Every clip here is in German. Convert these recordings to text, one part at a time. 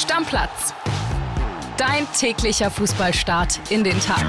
Stammplatz. Dein täglicher Fußballstart in den Tag.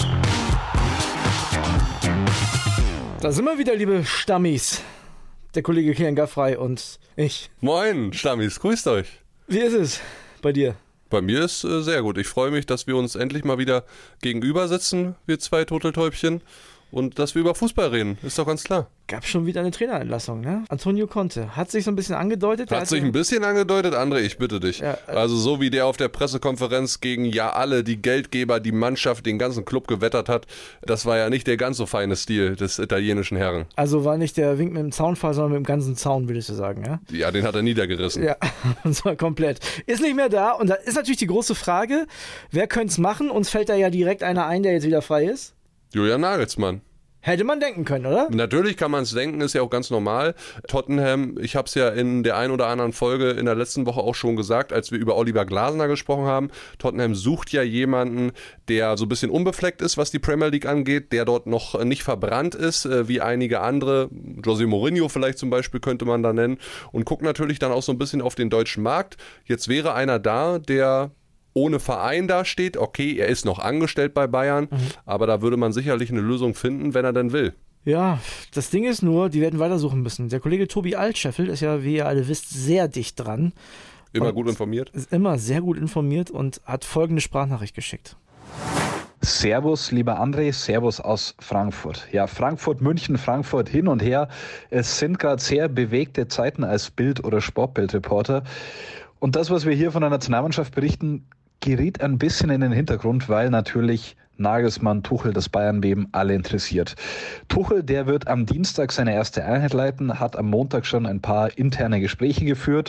Da sind wir wieder, liebe Stammis. Der Kollege Kilian Gaffrey und ich. Moin, Stammis, grüßt euch. Wie ist es bei dir? Bei mir ist sehr gut. Ich freue mich, dass wir uns endlich mal wieder gegenüber sitzen, wir zwei Turteltäubchen, und dass wir über Fußball reden. Ist doch ganz klar. Gab schon wieder eine Trainerentlassung, ne? Antonio Conte. Hat sich so ein bisschen angedeutet. Hat sich ein bisschen angedeutet, André, ich bitte dich. Ja, also so wie der auf der Pressekonferenz gegen alle, die Geldgeber, die Mannschaft, den ganzen Club gewettert hat, das war ja nicht der ganz so feine Stil des italienischen Herren. Also war nicht der Wink mit dem Zaunfall, sondern mit dem ganzen Zaun, würdest du sagen, ja? Ja, den hat er niedergerissen. Ja, und zwar komplett. Ist nicht mehr da, und da ist natürlich die große Frage, wer könnte es machen? Uns fällt da ja direkt einer ein, der jetzt wieder frei ist. Julian Nagelsmann. Hätte man denken können, oder? Natürlich kann man es denken, ist ja auch ganz normal. Tottenham, ich habe es ja in der ein oder anderen Folge in der letzten Woche auch schon gesagt, als wir über Oliver Glasner gesprochen haben. Tottenham sucht ja jemanden, der so ein bisschen unbefleckt ist, was die Premier League angeht, der dort noch nicht verbrannt ist, wie einige andere. José Mourinho vielleicht zum Beispiel könnte man da nennen. Und guckt natürlich dann auch so ein bisschen auf den deutschen Markt. Jetzt wäre einer da, der ohne Verein dasteht. Okay, er ist noch angestellt bei Bayern, aber da würde man sicherlich eine Lösung finden, wenn er denn will. Ja, das Ding ist nur, die werden weitersuchen müssen. Der Kollege Tobi Altscheffel ist ja, wie ihr alle wisst, sehr dicht dran. Immer gut informiert? Ist immer sehr gut informiert und hat folgende Sprachnachricht geschickt. Servus, lieber André, Servus aus Frankfurt. Ja, Frankfurt, München, Frankfurt, hin und her. Es sind gerade sehr bewegte Zeiten als Bild- oder Sportbildreporter. Und das, was wir hier von der Nationalmannschaft berichten, geriet ein bisschen in den Hintergrund, weil natürlich Nagelsmann, Tuchel, das Bayern-Beben alle interessiert. Tuchel, der wird am Dienstag seine erste Einheit leiten, hat am Montag schon ein paar interne Gespräche geführt.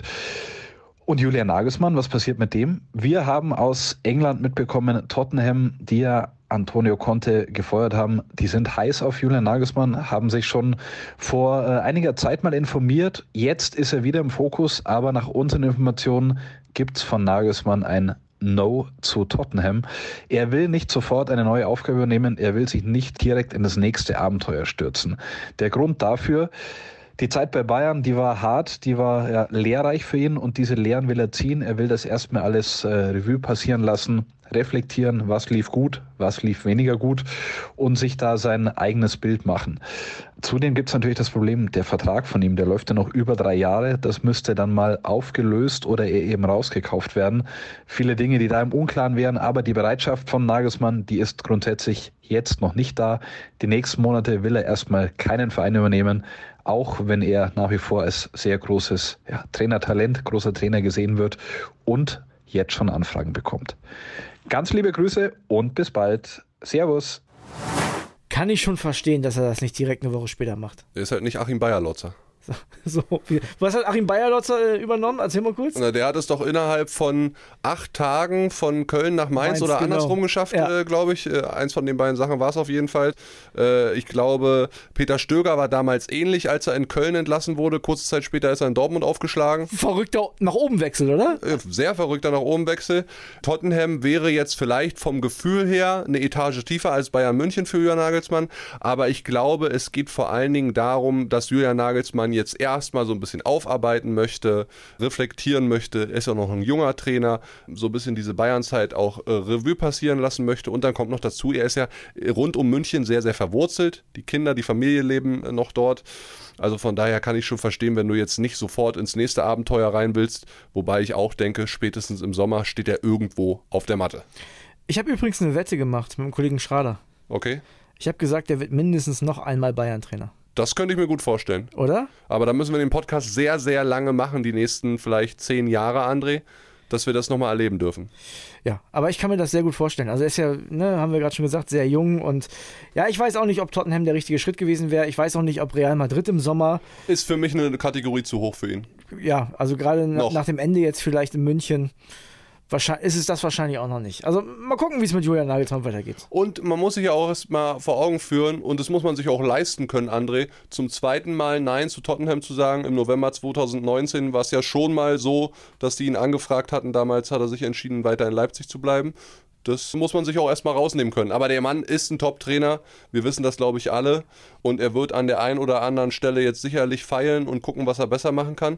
Und Julian Nagelsmann, was passiert mit dem? Wir haben aus England mitbekommen, Tottenham, die ja Antonio Conte gefeuert haben, die sind heiß auf Julian Nagelsmann, haben sich schon vor einiger Zeit mal informiert. Jetzt ist er wieder im Fokus, aber nach unseren Informationen gibt's von Nagelsmann ein No zu Tottenham. Er will nicht sofort eine neue Aufgabe übernehmen, er will sich nicht direkt in das nächste Abenteuer stürzen. Der Grund dafür: die Zeit bei Bayern, die war hart, die war lehrreich für ihn, und diese Lehren will er ziehen. Er will das erstmal alles Revue passieren lassen, reflektieren, was lief gut, was lief weniger gut, und sich da sein eigenes Bild machen. Zudem gibt es natürlich das Problem, der Vertrag von ihm, der läuft ja noch über 3 Jahre. Das müsste dann mal aufgelöst oder eben rausgekauft werden. Viele Dinge, die da im Unklaren wären, aber die Bereitschaft von Nagelsmann, die ist grundsätzlich jetzt noch nicht da. Die nächsten Monate will er erstmal keinen Verein übernehmen, auch wenn er nach wie vor als sehr großes Trainertalent, großer Trainer gesehen wird und jetzt schon Anfragen bekommt. Ganz liebe Grüße und bis bald. Servus. Kann ich schon verstehen, dass er das nicht direkt eine Woche später macht. Er ist halt nicht Achim Bayerlotzer. So, was hat Achim Bayerlotzer übernommen? Erzähl mal kurz. Na, der hat es doch innerhalb von 8 Tagen von Köln nach Mainz oder andersrum geschafft, glaube ich. Eins von den beiden Sachen war es auf jeden Fall. Ich glaube, Peter Stöger war damals ähnlich, als er in Köln entlassen wurde. Kurze Zeit später ist er in Dortmund aufgeschlagen. Verrückter nach oben Wechsel, oder? Sehr verrückter nach oben Wechsel. Tottenham wäre jetzt vielleicht vom Gefühl her eine Etage tiefer als Bayern München für Julian Nagelsmann. Aber ich glaube, es geht vor allen Dingen darum, dass Julian Nagelsmann jetzt erstmal so ein bisschen aufarbeiten möchte, reflektieren möchte. Er ist ja noch ein junger Trainer, so ein bisschen diese Bayern-Zeit auch Revue passieren lassen möchte. Und dann kommt noch dazu, er ist ja rund um München sehr, sehr verwurzelt. Die Kinder, die Familie leben noch dort. Also von daher kann ich schon verstehen, wenn du jetzt nicht sofort ins nächste Abenteuer rein willst. Wobei ich auch denke, spätestens im Sommer steht er irgendwo auf der Matte. Ich habe übrigens eine Wette gemacht mit dem Kollegen Schrader. Okay. Ich habe gesagt, er wird mindestens noch einmal Bayern-Trainer. Das könnte ich mir gut vorstellen. Oder? Aber da müssen wir den Podcast sehr, sehr lange machen, die nächsten vielleicht 10 Jahre, André, dass wir das nochmal erleben dürfen. Ja, aber ich kann mir das sehr gut vorstellen. Also er ist ja, haben wir gerade schon gesagt, sehr jung, und ja, ich weiß auch nicht, ob Tottenham der richtige Schritt gewesen wäre. Ich weiß auch nicht, ob Real Madrid im Sommer... Ist für mich eine Kategorie zu hoch für ihn. Ja, also gerade nach dem Ende jetzt vielleicht in München... ist es das wahrscheinlich auch noch nicht. Also mal gucken, wie es mit Julian Nagelsmann weitergeht. Und man muss sich ja auch erst mal vor Augen führen, und das muss man sich auch leisten können, André, zum zweiten Mal Nein zu Tottenham zu sagen. Im November 2019 war es ja schon mal so, dass die ihn angefragt hatten. Damals hat er sich entschieden, weiter in Leipzig zu bleiben. Das muss man sich auch erstmal rausnehmen können. Aber der Mann ist ein Top-Trainer. Wir wissen das, glaube ich, alle. Und er wird an der einen oder anderen Stelle jetzt sicherlich feilen und gucken, was er besser machen kann.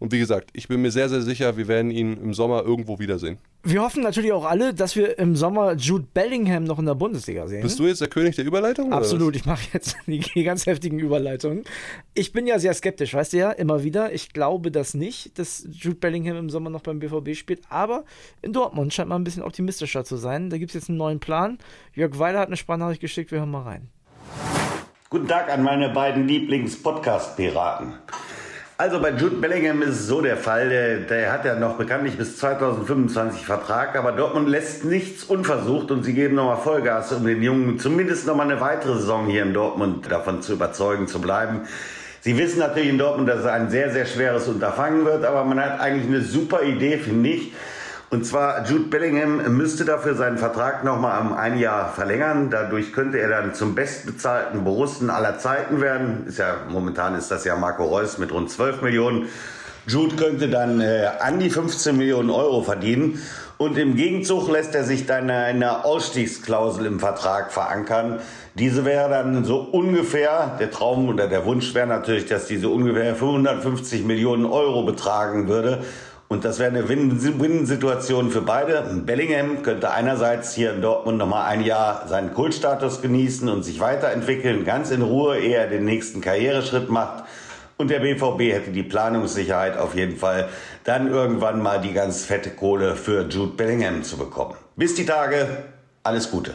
Und wie gesagt, ich bin mir sehr, sehr sicher, wir werden ihn im Sommer irgendwo wiedersehen. Wir hoffen natürlich auch alle, dass wir im Sommer Jude Bellingham noch in der Bundesliga sehen. Bist du jetzt der König der Überleitung? Absolut, ich mache jetzt die ganz heftigen Überleitungen. Ich bin ja sehr skeptisch, weißt du ja, immer wieder. Ich glaube das nicht, dass Jude Bellingham im Sommer noch beim BVB spielt. Aber in Dortmund scheint man ein bisschen optimistischer zu sein. Da gibt es jetzt einen neuen Plan. Jörg Weiler hat eine Sprachnachricht geschickt, wir hören mal rein. Guten Tag an meine beiden Lieblings-Podcast-Piraten. Also bei Jude Bellingham ist es so der Fall, der hat ja noch bekanntlich bis 2025 Vertrag, aber Dortmund lässt nichts unversucht und sie geben nochmal Vollgas, um den Jungen zumindest nochmal eine weitere Saison hier in Dortmund davon zu überzeugen, zu bleiben. Sie wissen natürlich in Dortmund, dass es ein sehr, sehr schweres Unterfangen wird, aber man hat eigentlich eine super Idee, finde ich. Und zwar, Jude Bellingham müsste dafür seinen Vertrag nochmal um ein Jahr verlängern. Dadurch könnte er dann zum bestbezahlten Borussen aller Zeiten werden. Momentan ist das ja Marco Reus mit rund 12 Millionen. Jude könnte dann an die 15 Millionen Euro verdienen. Und im Gegenzug lässt er sich dann eine Ausstiegsklausel im Vertrag verankern. Diese wäre dann so ungefähr, der Traum oder der Wunsch wäre natürlich, dass diese ungefähr 550 Millionen Euro betragen würde. Und das wäre eine Win-Win-Situation für beide. Bellingham könnte einerseits hier in Dortmund nochmal ein Jahr seinen Kultstatus genießen und sich weiterentwickeln, ganz in Ruhe, ehe er den nächsten Karriereschritt macht. Und der BVB hätte die Planungssicherheit auf jeden Fall, dann irgendwann mal die ganz fette Kohle für Jude Bellingham zu bekommen. Bis die Tage, alles Gute.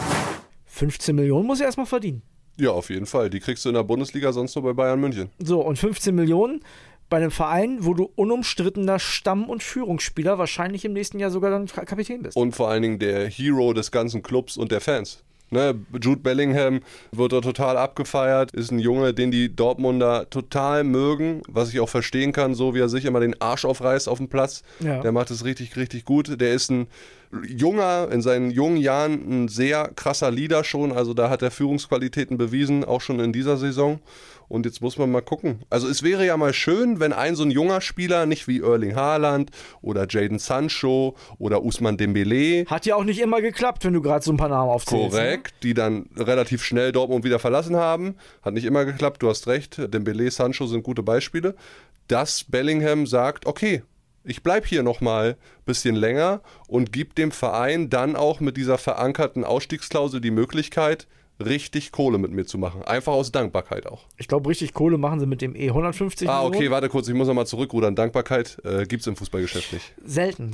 15 Millionen muss er erstmal verdienen. Ja, auf jeden Fall. Die kriegst du in der Bundesliga sonst nur bei Bayern München. So, und 15 Millionen bei einem Verein, wo du unumstrittener Stamm- und Führungsspieler wahrscheinlich im nächsten Jahr sogar dann Kapitän bist. Und vor allen Dingen der Hero des ganzen Clubs und der Fans. Ne, Jude Bellingham wird da total abgefeiert, ist ein Junge, den die Dortmunder total mögen, was ich auch verstehen kann, so wie er sich immer den Arsch aufreißt auf dem Platz. Ja. Der macht es richtig, richtig gut. Der ist ein junger, in seinen jungen Jahren ein sehr krasser Leader schon, also da hat er Führungsqualitäten bewiesen, auch schon in dieser Saison. Und jetzt muss man mal gucken. Also es wäre ja mal schön, wenn so ein junger Spieler, nicht wie Erling Haaland oder Jadon Sancho oder Ousmane Dembélé. Hat ja auch nicht immer geklappt, wenn du gerade so ein paar Namen aufzählst. Korrekt, ne? Die dann relativ schnell Dortmund wieder verlassen haben. Hat nicht immer geklappt, du hast recht. Dembélé, Sancho sind gute Beispiele. Dass Bellingham sagt, okay, ich bleibe hier nochmal ein bisschen länger und gibt dem Verein dann auch mit dieser verankerten Ausstiegsklausel die Möglichkeit, richtig Kohle mit mir zu machen. Einfach aus Dankbarkeit auch. Ich glaube, richtig Kohle machen sie mit dem 150 Millionen. Okay, warte kurz, ich muss nochmal zurückrudern. Dankbarkeit gibt es im Fußballgeschäft nicht. Selten.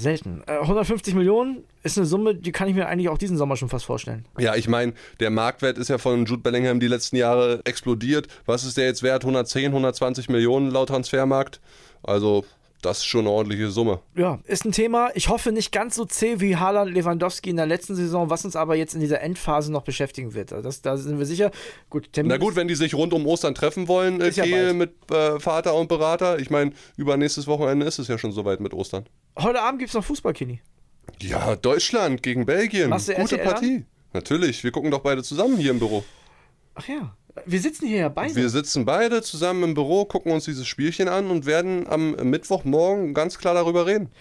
150 Millionen ist eine Summe, die kann ich mir eigentlich auch diesen Sommer schon fast vorstellen. Ja, ich meine, der Marktwert ist ja von Jude Bellingham die letzten Jahre explodiert. Was ist der jetzt wert? 110, 120 Millionen laut Transfermarkt? Also das ist schon eine ordentliche Summe. Ja, ist ein Thema. Ich hoffe nicht ganz so zäh wie Haaland, Lewandowski in der letzten Saison, was uns aber jetzt in dieser Endphase noch beschäftigen wird. Da sind wir sicher. Na gut, wenn die sich rund um Ostern treffen wollen, Kehl mit Vater und Berater. Ich meine, übernächstes Wochenende ist es ja schon soweit mit Ostern. Heute Abend gibt es noch Fußball, Kini. Ja, Deutschland gegen Belgien. Gute Partie. Natürlich, wir gucken doch beide zusammen hier im Büro. Ach ja. Wir sitzen hier ja beide. Wir sitzen beide zusammen im Büro, gucken uns dieses Spielchen an und werden am Mittwochmorgen ganz klar darüber reden.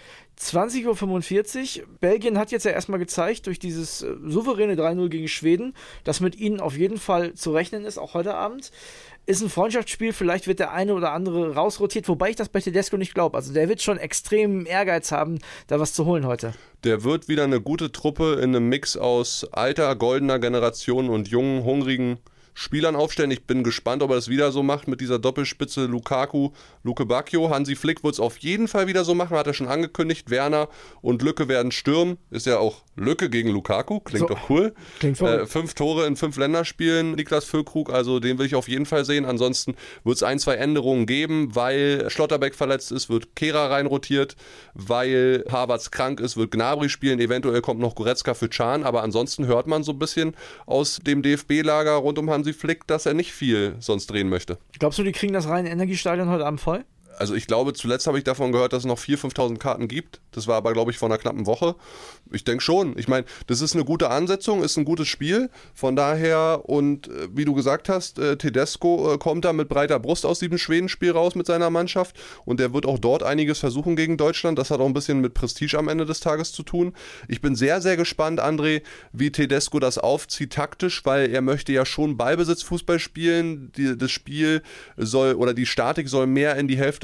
20:45 Uhr. Belgien hat jetzt ja erstmal gezeigt, durch dieses souveräne 3-0 gegen Schweden, dass mit ihnen auf jeden Fall zu rechnen ist, auch heute Abend. Ist ein Freundschaftsspiel, vielleicht wird der eine oder andere rausrotiert, wobei ich das bei Tedesco nicht glaube. Also der wird schon extrem Ehrgeiz haben, da was zu holen heute. Der wird wieder eine gute Truppe in einem Mix aus alter, goldener Generation und jungen, hungrigen Spielern aufstellen. Ich bin gespannt, ob er es wieder so macht mit dieser Doppelspitze Lukaku, Luke Bacchio. Hansi Flick wird es auf jeden Fall wieder so machen, hat er schon angekündigt. Werner und Lücke werden stürmen. Ist ja auch Lücke gegen Lukaku, klingt doch cool. Klingt voll. 5 Tore in 5 Länderspielen, Niklas Füllkrug, also den will ich auf jeden Fall sehen. Ansonsten wird es 1, 2 Änderungen geben, weil Schlotterbeck verletzt ist, wird Kehrer reinrotiert, weil Havertz krank ist, wird Gnabry spielen, eventuell kommt noch Goretzka für Can, aber ansonsten hört man so ein bisschen aus dem DFB-Lager rund um Hansi Flick, dass er nicht viel sonst drehen möchte. Glaubst du, die kriegen das Rhein-Energiestadion heute Abend voll? Also ich glaube, zuletzt habe ich davon gehört, dass es noch 4.000, 5.000 Karten gibt. Das war aber, glaube ich, vor einer knappen Woche. Ich denke schon. Ich meine, das ist eine gute Ansetzung, ist ein gutes Spiel. Von daher, und wie du gesagt hast, Tedesco kommt da mit breiter Brust aus diesem Schwedenspiel raus mit seiner Mannschaft. Und der wird auch dort einiges versuchen gegen Deutschland. Das hat auch ein bisschen mit Prestige am Ende des Tages zu tun. Ich bin sehr, sehr gespannt, André, wie Tedesco das aufzieht taktisch, weil er möchte ja schon Ballbesitzfußball spielen. Das Spiel soll, oder die Statik soll mehr in die Hälfte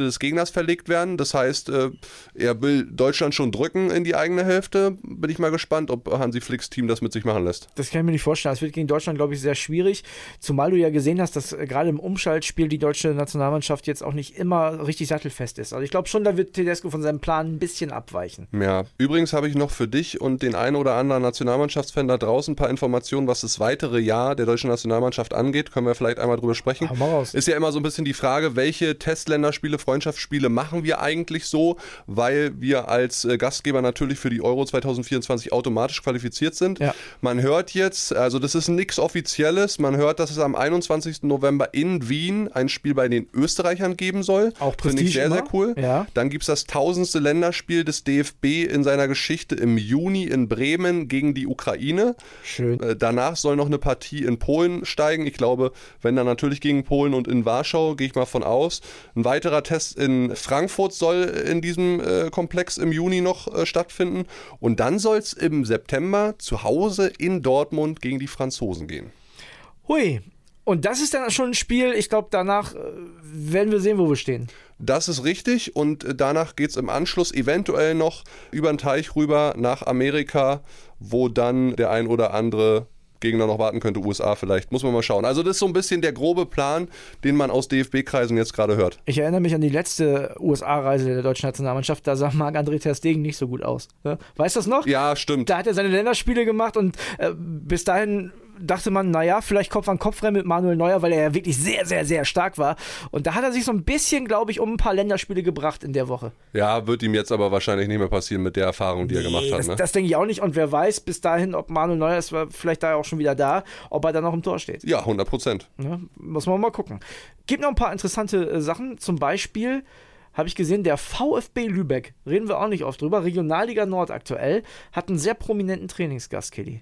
des Gegners verlegt werden. Das heißt, er will Deutschland schon drücken in die eigene Hälfte. Bin ich mal gespannt, ob Hansi Flicks Team das mit sich machen lässt. Das kann ich mir nicht vorstellen. Das wird gegen Deutschland, glaube ich, sehr schwierig. Zumal du ja gesehen hast, dass gerade im Umschaltspiel die deutsche Nationalmannschaft jetzt auch nicht immer richtig sattelfest ist. Also ich glaube schon, da wird Tedesco von seinem Plan ein bisschen abweichen. Ja, übrigens habe ich noch für dich und den einen oder anderen Nationalmannschaftsfan da draußen ein paar Informationen, was das weitere Jahr der deutschen Nationalmannschaft angeht. Können wir vielleicht einmal drüber sprechen. Hau mal raus. Ist ja immer so ein bisschen die Frage, welche Testländerspiele, Freundschaftsspiele machen wir eigentlich so, weil wir als Gastgeber natürlich für die Euro 2024 automatisch qualifiziert sind. Ja. Man hört jetzt, also das ist nichts Offizielles, man hört, dass es am 21. November in Wien ein Spiel bei den Österreichern geben soll. Auch Finde ich sehr, Prestige sehr cool. Ja. Dann gibt es das 1000. Länderspiel des DFB in seiner Geschichte im Juni in Bremen gegen die Ukraine. Schön. Danach soll noch eine Partie in Polen steigen. Ich glaube, wenn dann natürlich gegen Polen und in Warschau, gehe ich mal von aus. Ein weiterer Test in Frankfurt soll in diesem Komplex im Juni noch stattfinden. Und dann soll es im September zu Hause in Dortmund gegen die Franzosen gehen. Hui. Und das ist dann schon ein Spiel, ich glaube, danach werden wir sehen, wo wir stehen. Das ist richtig und danach geht es im Anschluss eventuell noch über den Teich rüber nach Amerika, wo dann der ein oder andere Gegner noch warten könnte, USA vielleicht. Muss man mal schauen. Also das ist so ein bisschen der grobe Plan, den man aus DFB-Kreisen jetzt gerade hört. Ich erinnere mich an die letzte USA-Reise der deutschen Nationalmannschaft. Da sah Marc-André ter Stegen nicht so gut aus. Ne? Weißt du das noch? Ja, stimmt. Da hat er seine Länderspiele gemacht und bis dahin dachte man, naja, vielleicht Kopf an Kopf rennen mit Manuel Neuer, weil er ja wirklich sehr, sehr, sehr stark war. Und da hat er sich so ein bisschen, glaube ich, um ein paar Länderspiele gebracht in der Woche. Ja, wird ihm jetzt aber wahrscheinlich nicht mehr passieren mit der Erfahrung, die er gemacht hat. Ne? Das denke ich auch nicht. Und wer weiß bis dahin, ob Manuel Neuer ist vielleicht da auch schon wieder da, ob er dann noch im Tor steht. Ja, 100%. Ne? Muss man mal gucken. Gibt noch ein paar interessante Sachen. Zum Beispiel habe ich gesehen, der VfB Lübeck, reden wir auch nicht oft drüber, Regionalliga Nord aktuell, hat einen sehr prominenten Trainingsgast, Kelly.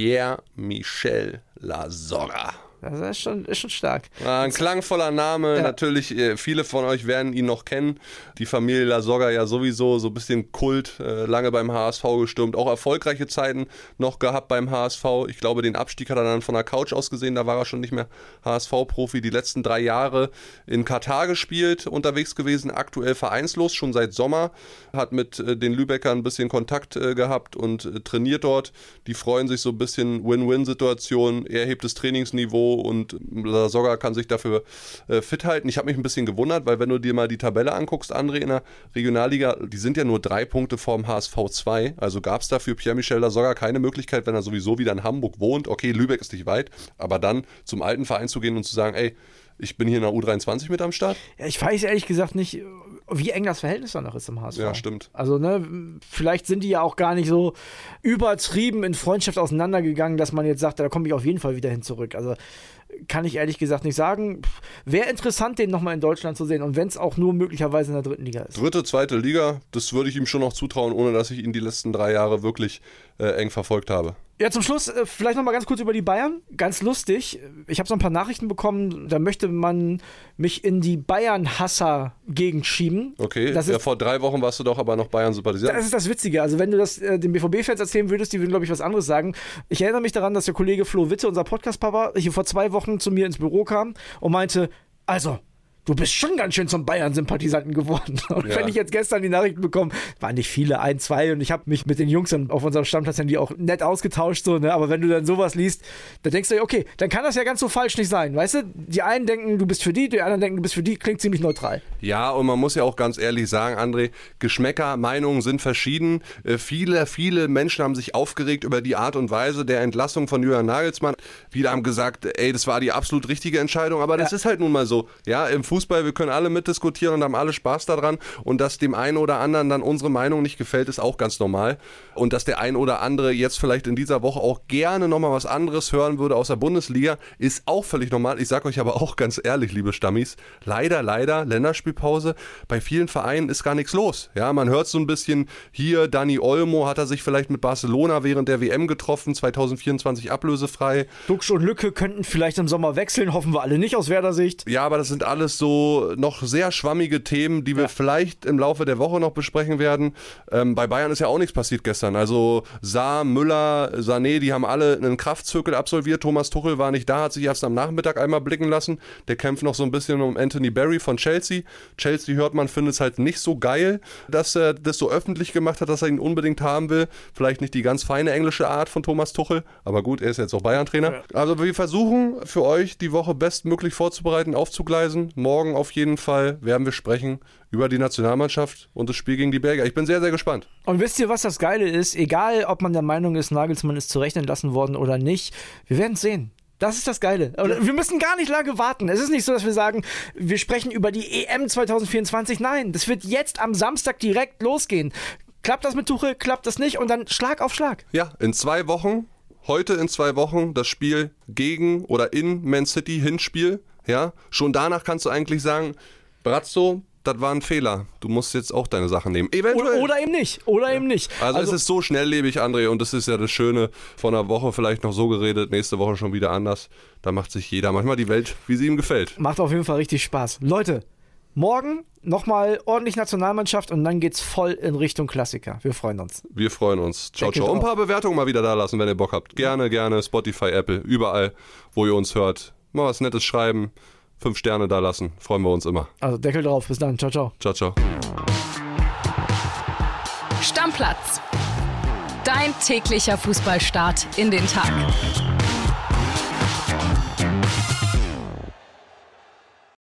Pierre-Michel Lasogga. Das ist schon stark. Ein klangvoller Name, Ja. Natürlich, viele von euch werden ihn noch kennen. Die Familie Lasogga ja sowieso, so ein bisschen Kult, lange beim HSV gestürmt, auch erfolgreiche Zeiten noch gehabt beim HSV. Ich glaube, den Abstieg hat er dann von der Couch aus gesehen, da war er schon nicht mehr HSV-Profi. Die letzten 3 Jahre in Katar gespielt, unterwegs gewesen, aktuell vereinslos, schon seit Sommer. Hat mit den Lübeckern ein bisschen Kontakt gehabt und trainiert dort. Die freuen sich so ein bisschen, Win-Win-Situation, er hebt das Trainingsniveau und Lasogga kann sich dafür fit halten. Ich habe mich ein bisschen gewundert, weil wenn du dir mal die Tabelle anguckst, André, in der Regionalliga, die sind ja nur 3 Punkte vorm HSV 2, also gab es da für Pierre-Michel Lasogga keine Möglichkeit, wenn er sowieso wieder in Hamburg wohnt, okay, Lübeck ist nicht weit, aber dann zum alten Verein zu gehen und zu sagen, ey, ich bin hier in der U23 mit am Start. Ja, ich weiß ehrlich gesagt nicht, wie eng das Verhältnis dann noch ist im HSV. Ja, stimmt. Also, ne, vielleicht sind die ja auch gar nicht so übertrieben in Freundschaft auseinandergegangen, dass man jetzt sagt, da komme ich auf jeden Fall wieder hin zurück. Also, kann ich ehrlich gesagt nicht sagen. Wäre interessant, den nochmal in Deutschland zu sehen. Und wenn es auch nur möglicherweise in der 3. Liga ist. 3., 2. Liga, das würde ich ihm schon noch zutrauen, ohne dass ich ihn die letzten 3 Jahre wirklich eng verfolgt habe. Ja, zum Schluss vielleicht nochmal ganz kurz über die Bayern. Ganz lustig. Ich habe so ein paar Nachrichten bekommen, da möchte man mich in die Bayern-Hasser-Gegend schieben. Okay, Das ist, vor 3 Wochen warst du doch aber noch Bayern-Sympathisant. das ist das Witzige. Also wenn du das den BVB-Fans erzählen würdest, die würden, glaube ich, was anderes sagen. Ich erinnere mich daran, dass der Kollege Flo Witte, unser Podcast-Papa, hier vor 2 Wochen zu mir ins Büro kam und meinte, also, du bist schon ganz schön zum Bayern-Sympathisanten geworden. Und Ja. wenn ich jetzt gestern die Nachrichten bekomme, waren nicht viele, 1, 2, und ich habe mich mit den Jungs dann auf unserem Stammplatz die auch nett ausgetauscht, so, ne? Aber wenn du dann sowas liest, dann denkst du dir, okay, dann kann das ja ganz so falsch nicht sein, weißt du? Die einen denken, du bist für die anderen denken, du bist für die, klingt ziemlich neutral. Ja, und man muss ja auch ganz ehrlich sagen, André, Geschmäcker, Meinungen sind verschieden. Viele Menschen haben sich aufgeregt über die Art und Weise der Entlassung von Julian Nagelsmann. Viele haben gesagt, ey, das war die absolut richtige Entscheidung, aber das ist halt nun mal so. Ja, im Fußball, wir können alle mitdiskutieren und haben alle Spaß daran, und dass dem einen oder anderen dann unsere Meinung nicht gefällt, ist auch ganz normal, und dass der ein oder andere jetzt vielleicht in dieser Woche auch gerne nochmal was anderes hören würde aus der Bundesliga, ist auch völlig normal. Ich sag euch aber auch ganz ehrlich, liebe Stammis, leider, Länderspielpause, bei vielen Vereinen ist gar nichts los. Ja, man hört so ein bisschen, hier, Dani Olmo hat er sich vielleicht mit Barcelona während der WM getroffen, 2024 ablösefrei. Duxch und Lücke könnten vielleicht im Sommer wechseln, hoffen wir alle nicht aus Werder Sicht. Ja, aber das sind alles so noch sehr schwammige Themen, die wir vielleicht im Laufe der Woche noch besprechen werden. Bei Bayern ist ja auch nichts passiert gestern. Also Saar, Müller, Sané, die haben alle einen Kraftzirkel absolviert. Thomas Tuchel war nicht da, hat sich erst am Nachmittag einmal blicken lassen. Der kämpft noch so ein bisschen um Anthony Barry von Chelsea. Chelsea hört man, findet es halt nicht so geil, dass er das so öffentlich gemacht hat, dass er ihn unbedingt haben will. Vielleicht nicht die ganz feine englische Art von Thomas Tuchel, aber gut, er ist jetzt auch Bayern-Trainer. Ja. Also wir versuchen für euch die Woche bestmöglich vorzubereiten, aufzugleisen. Morgen auf jeden Fall werden wir sprechen über die Nationalmannschaft und das Spiel gegen die Belgier. Ich bin sehr, sehr gespannt. Und wisst ihr, was das Geile ist? Egal, ob man der Meinung ist, Nagelsmann ist zurecht entlassen worden oder nicht, wir werden es sehen. Das ist das Geile. Wir müssen gar nicht lange warten. Es ist nicht so, dass wir sagen, wir sprechen über die EM 2024. Nein, das wird jetzt am Samstag direkt losgehen. Klappt das mit Tuchel, klappt das nicht und dann Schlag auf Schlag. Ja, in 2 Wochen, heute in 2 Wochen, das Spiel gegen oder in Man City, Hinspiel. Ja, schon danach kannst du eigentlich sagen, Brazzo, das war ein Fehler. Du musst jetzt auch deine Sachen nehmen. Eventuell. Oder eben nicht. Oder eben nicht. Also es ist so schnelllebig, André, und das ist ja das Schöne. Vor einer Woche vielleicht noch so geredet, nächste Woche schon wieder anders. Da macht sich jeder manchmal die Welt, wie sie ihm gefällt. Macht auf jeden Fall richtig Spaß. Leute, morgen nochmal ordentlich Nationalmannschaft und dann geht's voll in Richtung Klassiker. Wir freuen uns. Wir freuen uns. Ciao, ciao. Und ein paar Bewertungen mal wieder da lassen, wenn ihr Bock habt. Gerne, gerne. Spotify, Apple, überall, wo ihr uns hört. Mal was Nettes schreiben. 5 Sterne da lassen. Freuen wir uns immer. Also Deckel drauf. Bis dann. Ciao, ciao. Ciao, ciao. Stammplatz. Dein täglicher Fußballstart in den Tag.